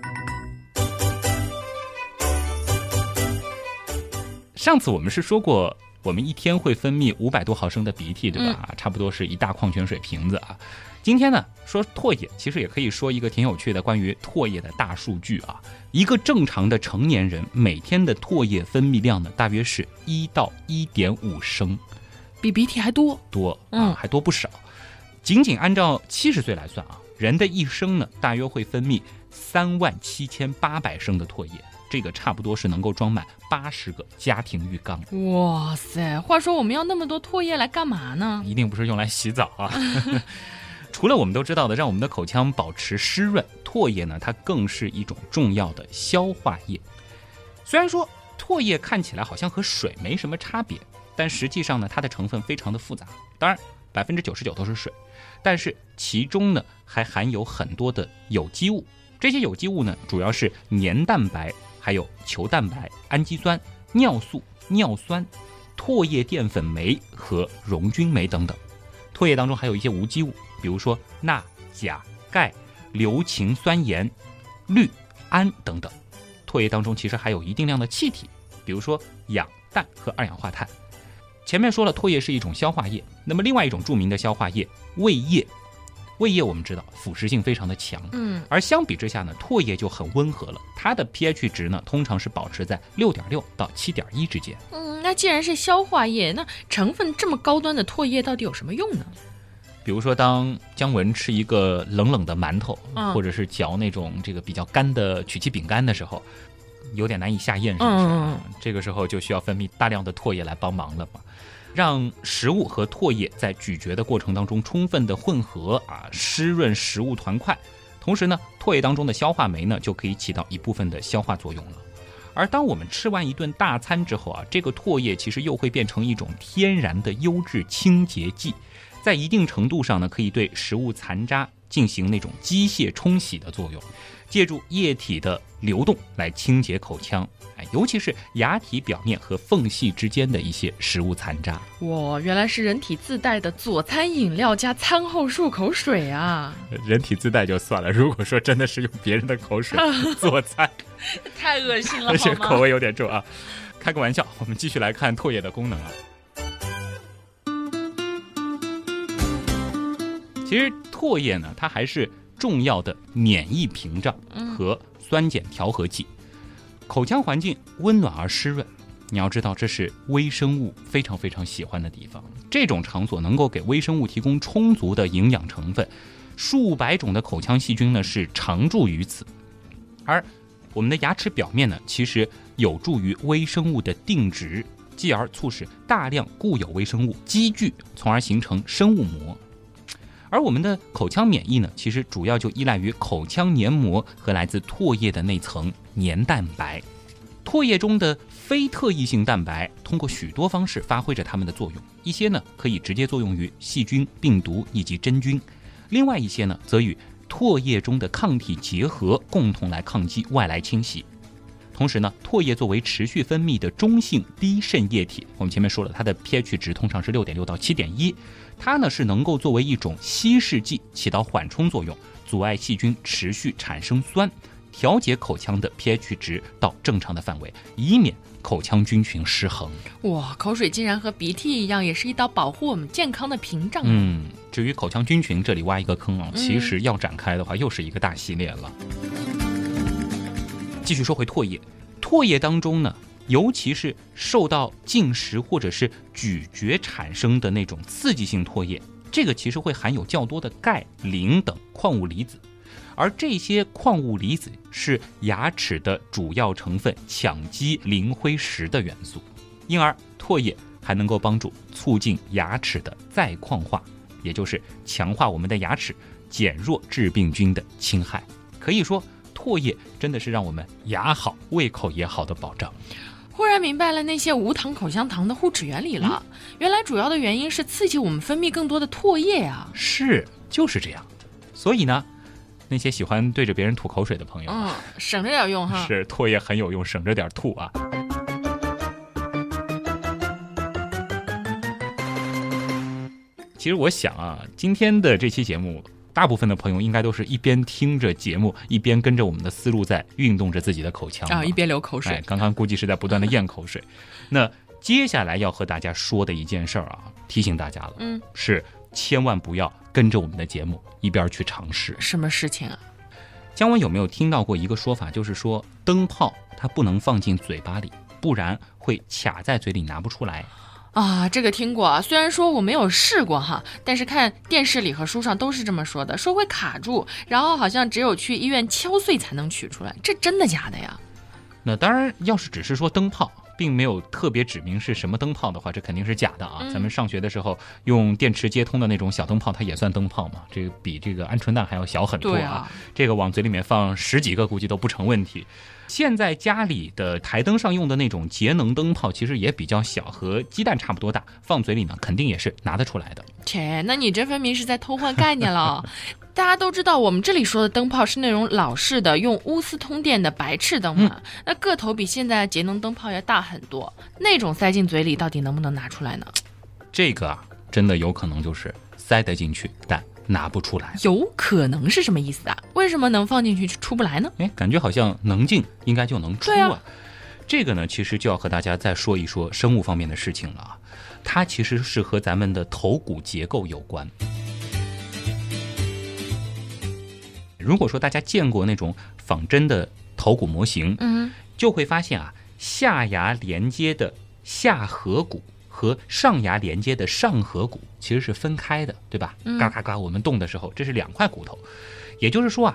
上次我们是说过，我们一天会分泌五百多毫升的鼻涕，对吧？嗯、差不多是一大矿泉水瓶子啊。今天呢，说唾液，其实也可以说一个挺有趣的关于唾液的大数据啊。一个正常的成年人每天的唾液分泌量呢，大约是一到一点五升， 比鼻涕还多多啊，还多不少。仅仅按照七十岁来算啊，人的一生呢，大约会分泌三万七千八百升的唾液。这个差不多是能够装满八十个家庭浴缸。 哇塞！话说我们要那么多唾液来干嘛呢？ 一定不是用来洗澡啊。除了我们都知道的让我们的口腔保持湿润，唾液呢，它更是一种重要的消化液。虽然说唾液看起来好像和水没什么差别，但实际上呢，它的成分非常的复杂。当然，百分之九十九都是水，但是其中呢还含有很多的有机物。这些有机物呢，主要是黏蛋白、还有球蛋白、氨基酸、尿素、尿酸、唾液淀粉酶和溶菌酶等等。唾液当中还有一些无机物，比如说钠、钾、钙、硫氰酸盐、氯、氨等等。唾液当中其实还有一定量的气体，比如说氧、氮和二氧化碳。前面说了，唾液是一种消化液，那么另外一种著名的消化液胃液，胃液我们知道腐蚀性非常的强，嗯，而相比之下呢，唾液就很温和了，它的 pH 值呢通常是保持在六点六到七点一之间。 嗯，那既然是消化液，那成分这么高端的唾液到底有什么用呢？ 比如说，当姜文吃一个冷冷的馒头，嗯、或者是嚼那种这个比较干的曲奇饼干的时候， 有点难以下咽，是不是、 嗯、 这个时候就需要分泌大量的唾液来帮忙了嘛，让食物和唾液在咀嚼的过程当中充分的混合啊，湿润食物团块。同时呢，唾液当中的消化酶呢就可以起到一部分的消化作用了。而当我们吃完一顿大餐之后啊，这个唾液其实又会变成一种天然的优质清洁剂，在一定程度上呢，可以对食物残渣进行那种机械冲洗的作用，借助液体的流动来清洁口腔，尤其是牙体表面和缝隙之间的一些食物残渣。 哇，原来是人体自带的佐餐饮料加餐后漱口水啊！ 人体自带就算了，如果说真的是用别人的口水做菜， 太恶心了， 而且口味有点重啊。开个玩笑，我们继续来看唾液的功能啊。其实唾液呢，它还是重要的免疫屏障和酸碱调和剂。口腔环境温暖而湿润，你要知道这是微生物非常非常喜欢的地方。这种场所能够给微生物提供充足的营养成分，数百种的口腔细菌呢是常驻于此。而我们的牙齿表面呢，其实有助于微生物的定植，继而促使大量固有微生物积聚，从而形成生物膜。而我们的口腔免疫呢，其实主要就依赖于口腔黏膜和来自唾液的那层黏蛋白。唾液中的非特异性蛋白通过许多方式发挥着它们的作用，一些呢可以直接作用于细菌、病毒以及真菌，另外一些呢则与唾液中的抗体结合，共同来抗击外来侵袭。同时呢，唾液作为持续分泌的中性低渗液体，我们前面说了，它的 pH 值通常是 六点六 到 七点一， 它呢是能够作为一种稀释剂起到缓冲作用，阻碍细菌持续产生酸，调节口腔的 pH 值到正常的范围，以免口腔菌群失衡。 哇，口水竟然和鼻涕一样，也是一道保护我们健康的屏障。 嗯，至于口腔菌群，这里挖一个坑啊，其实要展开的话，又是一个大系列了。继续说回唾液，唾液当中呢，尤其是受到进食或者是咀嚼产生的那种刺激性唾液，这个其实会含有较多的钙、磷等矿物离子，而这些矿物离子是牙齿的主要成分羟基磷灰石的元素，因而唾液还能够帮助促进牙齿的再矿化，也就是强化我们的牙齿，减弱致病菌的侵害。可以说唾液真的是让我们牙好胃口也好的保障。 忽然明白了那些无糖口香糖的护齿原理了、嗯、原来主要的原因是刺激我们分泌更多的唾液啊。 是，就是这样。所以呢，那些喜欢对着别人吐口水的朋友， 嗯，省着点用哈。 是，唾液很有用，省着点吐啊。其实我想啊，今天的这期节目，大部分的朋友应该都是一边听着节目，一边跟着我们的思路在运动着自己的口腔啊， 一边流口水。 哎，刚刚估计是在不断的咽口水。那接下来要和大家说的一件事儿啊，提醒大家了，嗯，是千万不要跟着我们的节目一边去尝试。 什么事情啊？ 姜文有没有听到过一个说法，就是说灯泡它不能放进嘴巴里，不然会卡在嘴里拿不出来。 啊，这个听过，虽然说我没有试过哈，但是看电视里和书上都是这么说的，说会卡住，然后好像只有去医院敲碎才能取出来，这真的假的呀？ 那当然，要是只是说灯泡，并没有特别指明是什么灯泡的话，这肯定是假的啊、嗯、咱们上学的时候用电池接通的那种小灯泡，它也算灯泡嘛，这个比这个鹌鹑蛋还要小很多 啊, 啊这个往嘴里面放十几个估计都不成问题。现在家里的台灯上用的那种节能灯泡其实也比较小，和鸡蛋差不多大，放嘴里呢肯定也是拿得出来的。 切，那你这分明是在偷换概念了。大家都知道我们这里说的灯泡是那种老式的用钨丝通电的白炽灯嘛、嗯、那个头比现在的节能灯泡要大很多，那种塞进嘴里到底能不能拿出来呢？ 这个啊，真的有可能就是塞得进去但拿不出来。 有可能是什么意思啊？为什么能放进去出不来呢？ 哎，感觉好像能进应该就能出啊。 啊这个呢，其实就要和大家再说一说生物方面的事情了啊。它其实是和咱们的头骨结构有关。如果说大家见过那种仿真的头骨模型，嗯，就会发现啊，下牙连接的下颌骨和上牙连接的上颌骨其实是分开的，对吧？嗯、嘎嘎嘎，我们动的时候，这是两块骨头。也就是说啊，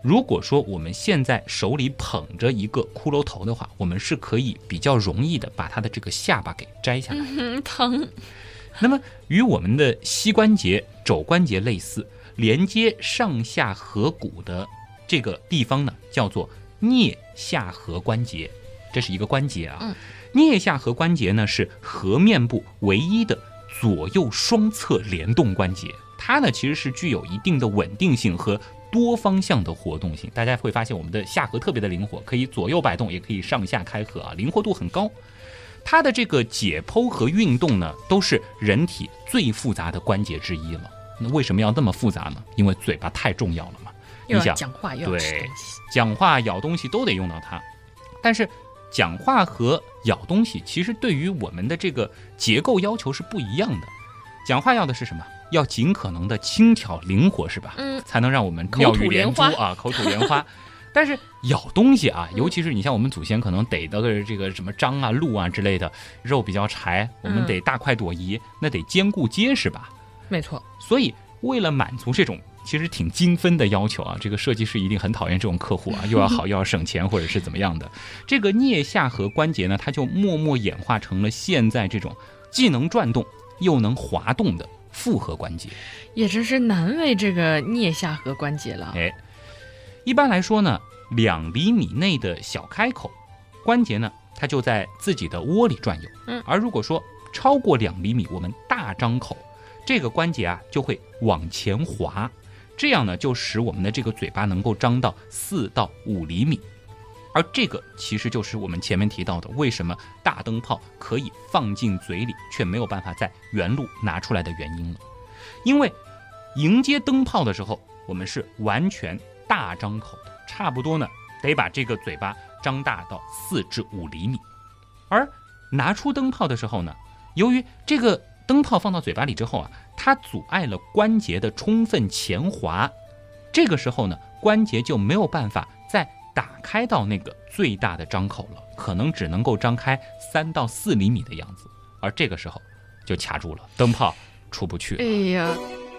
如果说我们现在手里捧着一个骷髅头的话，我们是可以比较容易的把它的这个下巴给摘下来。 嗯，疼。 那么与我们的膝关节、肘关节类似，连接上下颌骨的这个地方呢，叫做颞下颌关节，这是一个关节啊。 嗯， 颞下颌关节呢是颌面部唯一的左右双侧联动关节，它呢其实是具有一定的稳定性和多方向的活动性。大家会发现我们的下颌特别的灵活，可以左右摆动，也可以上下开合啊，灵活度很高。它的这个解剖和运动呢，都是人体最复杂的关节之一了。那为什么要那么复杂呢？因为嘴巴太重要了嘛。 又要讲话，又要吃对东西， 讲话、咬东西都得用到它。但是讲话和咬东西，其实对于我们的这个结构要求是不一样的。讲话要的是什么？要尽可能的轻巧灵活，是吧？ 嗯， 才能让我们妙语连珠啊，口吐莲花。但是咬东西啊，尤其是你像我们祖先可能逮的这个什么獐啊、鹿啊之类的，肉比较柴，我们得大快朵颐，嗯、那得坚固结实吧？ 没错。 所以为了满足这种其实挺精分的要求啊，这个设计师一定很讨厌这种客户啊，又要好又要省钱或者是怎么样的。这个颞下颌关节呢，它就默默演化成了现在这种既能转动又能滑动的复合关节。 也真是难为这个颞下颌关节了。 哎，一般来说呢，两厘米内的小开口关节呢，它就在自己的窝里转悠。 嗯， 而如果说超过两厘米，我们大张口，这个关节啊就会往前滑，这样呢就使我们的这个嘴巴能够张到四到五厘米。而这个其实就是我们前面提到的，为什么大灯泡可以放进嘴里却没有办法在原路拿出来的原因了。因为迎接灯泡的时候，我们是完全大张口的，差不多呢得把这个嘴巴张大到四至五厘米。而拿出灯泡的时候呢，由于这个灯泡放到嘴巴里之后啊，它阻碍了关节的充分前滑，这个时候呢，关节就没有办法再打开到那个最大的张口了，可能只能够张开三到四厘米的样子，而这个时候就卡住了，灯泡出不去了。 哎呀，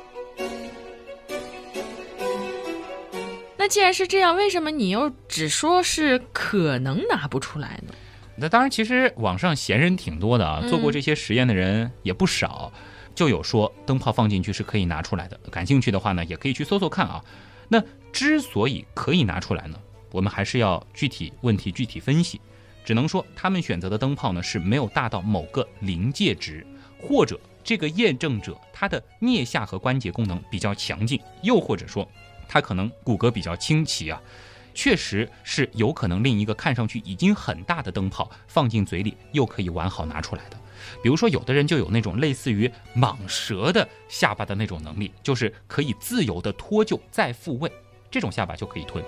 那既然是这样，为什么你又只说是可能拿不出来呢？ 那当然，其实网上闲人挺多的啊，做过这些实验的人也不少，嗯、就有说灯泡放进去是可以拿出来的。感兴趣的话呢，也可以去搜搜看啊。那之所以可以拿出来呢，我们还是要具体问题具体分析。只能说他们选择的灯泡呢是没有大到某个临界值，或者这个验证者他的颞下颌关节功能比较强劲，又或者说他可能骨骼比较清奇啊。确实是有可能另一个看上去已经很大的灯泡放进嘴里又可以完好拿出来的。比如说有的人就有那种类似于蟒蛇的下巴的那种能力，就是可以自由的脱臼再复位，这种下巴就可以吞。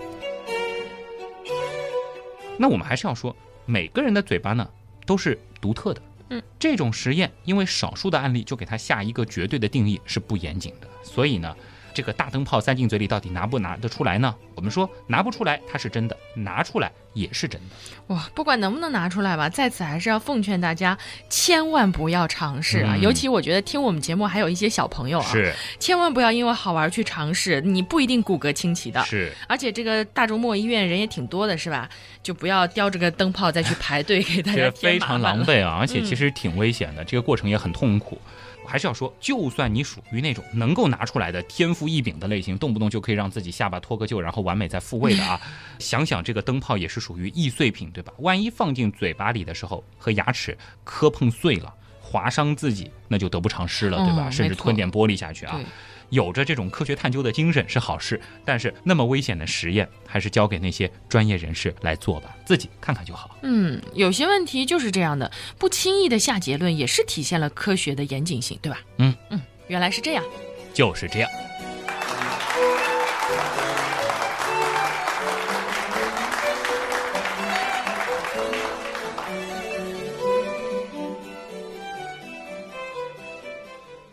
那我们还是要说，每个人的嘴巴呢都是独特的， 嗯， 这种实验因为少数的案例就给它下一个绝对的定义是不严谨的，所以呢这个大灯泡塞进嘴里到底拿不拿得出来呢？我们说拿不出来它是真的，拿出来也是真的。 哇，不管能不能拿出来吧，在此还是要奉劝大家千万不要尝试啊、嗯、尤其我觉得听我们节目还有一些小朋友啊， 是千万不要因为好玩去尝试，你不一定骨骼清奇的。 是， 而且这个大周末医院人也挺多的是吧，就不要叼着个灯泡再去排队给大家添麻烦了。 非常狼狈啊，而且其实挺危险的、嗯、这个过程也很痛苦。还是要说，就算你属于那种能够拿出来的天赋异禀的类型，动不动就可以让自己下巴脱个臼然后完美再复位的啊，想想这个灯泡也是属于易碎品，对吧？万一放进嘴巴里的时候和牙齿磕碰碎了，划伤自己，那就得不偿失了，对吧、嗯、甚至吞点玻璃下去啊。有着这种科学探究的精神是好事，但是那么危险的实验还是交给那些专业人士来做吧，自己看看就好。 嗯，有些问题就是这样的，不轻易的下结论也是体现了科学的严谨性，对吧？ 嗯嗯，原来是这样， 就是这样。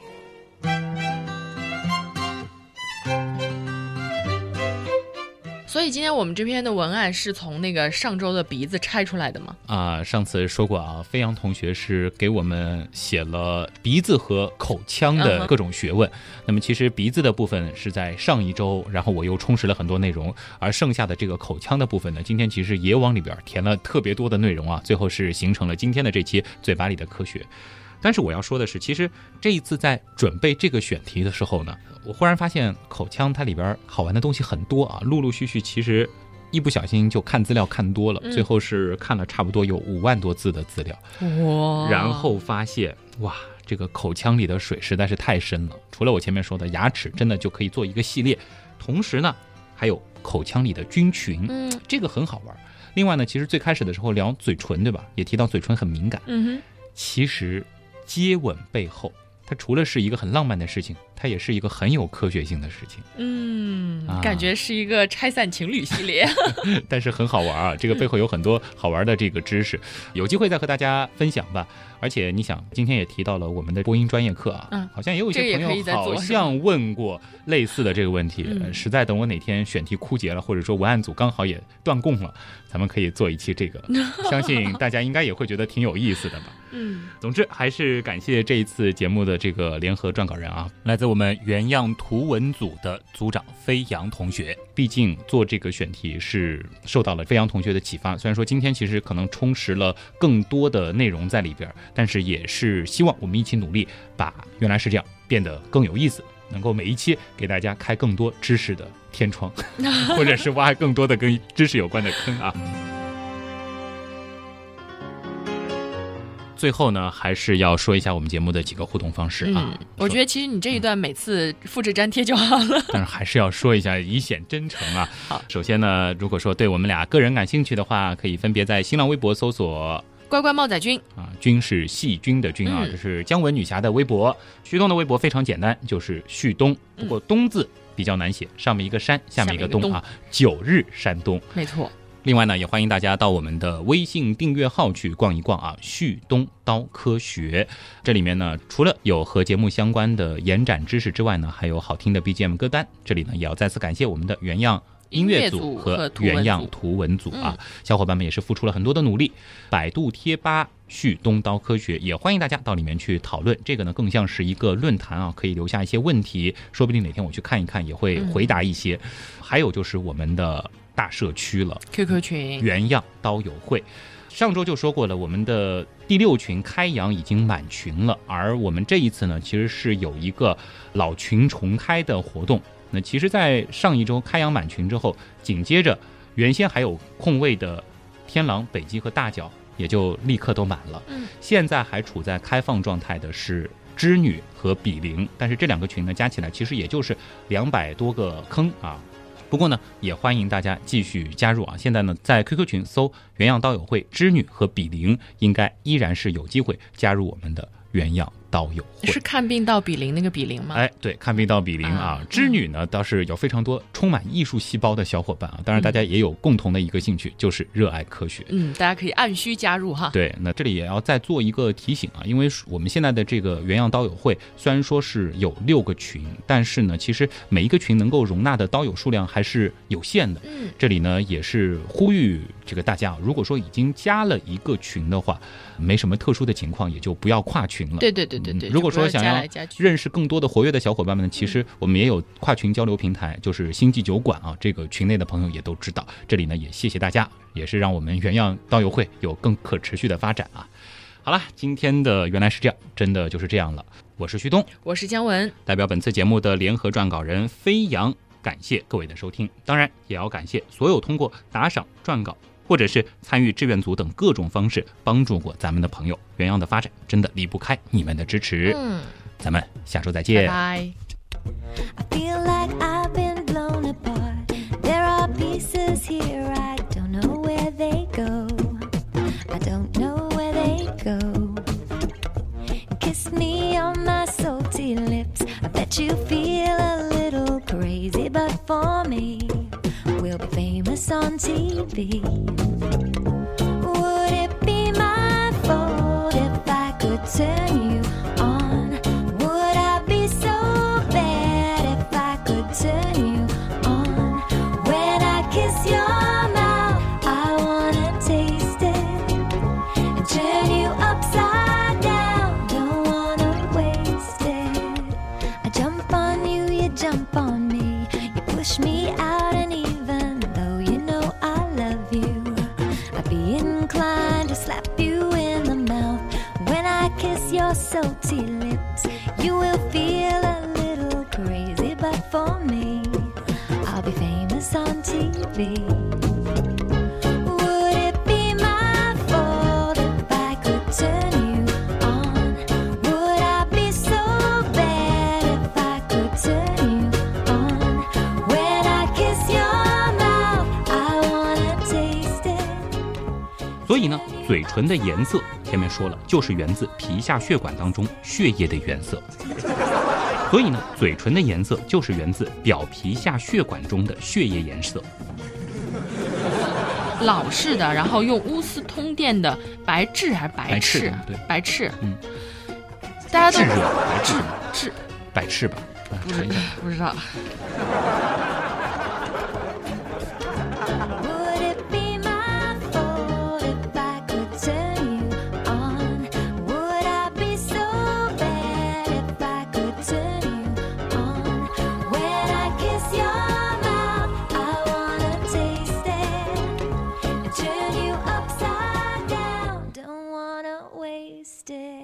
所所以今天我们这篇的文案是从那个上周的鼻子拆出来的吗？ 啊，上次说过啊，飞扬同学是给我们写了鼻子和口腔的各种学问。嗯、那么其实鼻子的部分是在上一周，然后我又充实了很多内容，而剩下的这个口腔的部分呢，今天其实也往里边填了特别多的内容啊，最后是形成了今天的这期嘴巴里的科学。但是我要说的是，其实这一次在准备这个选题的时候呢，我忽然发现口腔它里边好玩的东西很多啊，陆陆续续其实一不小心就看资料看多了，嗯、最后是看了差不多有五万多字的资料，哇！然后发现哇，这个口腔里的水实在是太深了。除了我前面说的牙齿，真的就可以做一个系列，同时呢，还有口腔里的菌群，嗯，这个很好玩。另外呢，其实最开始的时候聊嘴唇，对吧？也提到嘴唇很敏感，嗯哼，其实接吻背后，它除了是一个很浪漫的事情，它也是一个很有科学性的事情。 嗯，啊、感觉是一个拆散情侣系列， 但是很好玩啊！这个背后有很多好玩的这个知识，有机会再和大家分享吧。而且你想，今天也提到了我们的播音专业课啊，嗯、好像也有一些朋友好像问过类似的这个问题。嗯、实在等我哪天选题枯竭了，或者说文案组刚好也断供了，咱们可以做一期这个，相信大家应该也会觉得挺有意思的吧。嗯，总之还是感谢这一次节目的这个联合撰稿人啊，来自我们原样图文组的组长飞扬同学。毕竟做这个选题是受到了飞扬同学的启发，虽然说今天其实可能充实了更多的内容在里边，但是也是希望我们一起努力，把原来是这样变得更有意思，能够每一期给大家开更多知识的天窗，或者是挖更多的跟知识有关的坑啊。最后呢，还是要说一下我们节目的几个互动方式啊。 嗯、我觉得其实你这一段每次复制粘贴就好了， 但是还是要说一下，以显真诚啊。好，首先呢，如果说对我们俩个人感兴趣的话，可以分别在新浪微博搜索乖乖猫仔君啊，君是细菌的君啊，嗯、这是姜文女侠的微博。旭东的微博非常简单，就是旭东，不过东字比较难写，上面一个山，下面一个东啊，九日山东， 没错。 另外呢，也欢迎大家到我们的微信订阅号去逛一逛啊，旭东刀科学。这里面呢，除了有和节目相关的延展知识之外呢，还有好听的 B G M 歌单。这里呢，也要再次感谢我们的原样音乐组和原样图文组啊，小伙伴们也是付出了很多的努力。百度贴吧旭东刀科学也欢迎大家到里面去讨论，这个呢更像是一个论坛啊，可以留下一些问题，说不定哪天我去看一看也会回答一些。嗯、还有就是我们的大社区了 ，Q Q 群原样刀友会，上周就说过了，我们的第六群开阳已经满群了，而我们这一次呢，其实是有一个老群重开的活动。那其实，在上一周开阳满群之后，紧接着原先还有空位的天狼、北极和大角也就立刻都满了。嗯，现在还处在开放状态的是织女和比邻，但是这两个群呢，加起来其实也就是两百多个坑啊。不过呢，也欢迎大家继续加入啊！现在呢，在 Q Q 群搜原样刀友会织女和比邻，应该依然是有机会加入我们的原样刀友会。 是看病到比邻那个比邻吗？ 哎，对，看病到比邻啊！织女呢，倒是有非常多充满艺术细胞的小伙伴啊！当然，大家也有共同的一个兴趣，就是热爱科学。 嗯，大家可以按需加入哈。 对，那这里也要再做一个提醒啊，因为我们现在的这个原样刀友会虽然说是有六个群，但是呢，其实每一个群能够容纳的刀友数量还是有限的。嗯，这里呢也是呼吁这个大家，如果说已经加了一个群的话，没什么特殊的情况，也就不要跨群了。 对对对对对。 嗯、如果说想要认识更多的活跃的小伙伴们呢，其实我们也有跨群交流平台，就是星际酒馆啊，这个群内的朋友也都知道。这里呢也谢谢大家，也是让我们原样刀友会有更可持续的发展啊。好了，今天的原来是这样，真的就是这样了。我是旭东， 我是姜文， 代表本次节目的联合撰稿人飞扬，感谢各位的收听，当然也要感谢所有通过打赏、撰稿或者是参与志愿组等各种方式帮助过咱们的朋友，原样的发展真的离不开你们的支持。嗯，咱们下周再见， 拜 Kiss me on my salty lips. I bet you feel a little crazy, but for me, we'll be famous on T V. Would it be my fault if I could turn you on? Would I be so bad if I could turn you on? When I kiss on me. You push me out, and even though you know I love you, I'd be inclined to slap you in the mouth. When I kiss your salty lips, you will feel a little crazy, but for me, I'll be famous on T V.Would it be my fault if I could turn you on? Would I be so bad if I could turn you on? When I kiss your mouth, I wanna taste it. 所以呢，嘴唇的颜色前面说了，就是源自皮下血管当中血液的原色。所以呢，嘴唇的颜色就是源自表皮下血管中的血液颜色。 老式的，然后用钨丝通电的白炽还是白赤？ 赤？ 对， 白赤。 嗯， 大家都炙热白赤赤赤白赤吧？ 不知不知道。 Would it be my fault if I could turn you on? Would I be so bad if I could turn you on? When I kiss your mouth, I wanna taste it and turn you upside down. Don't wanna waste it.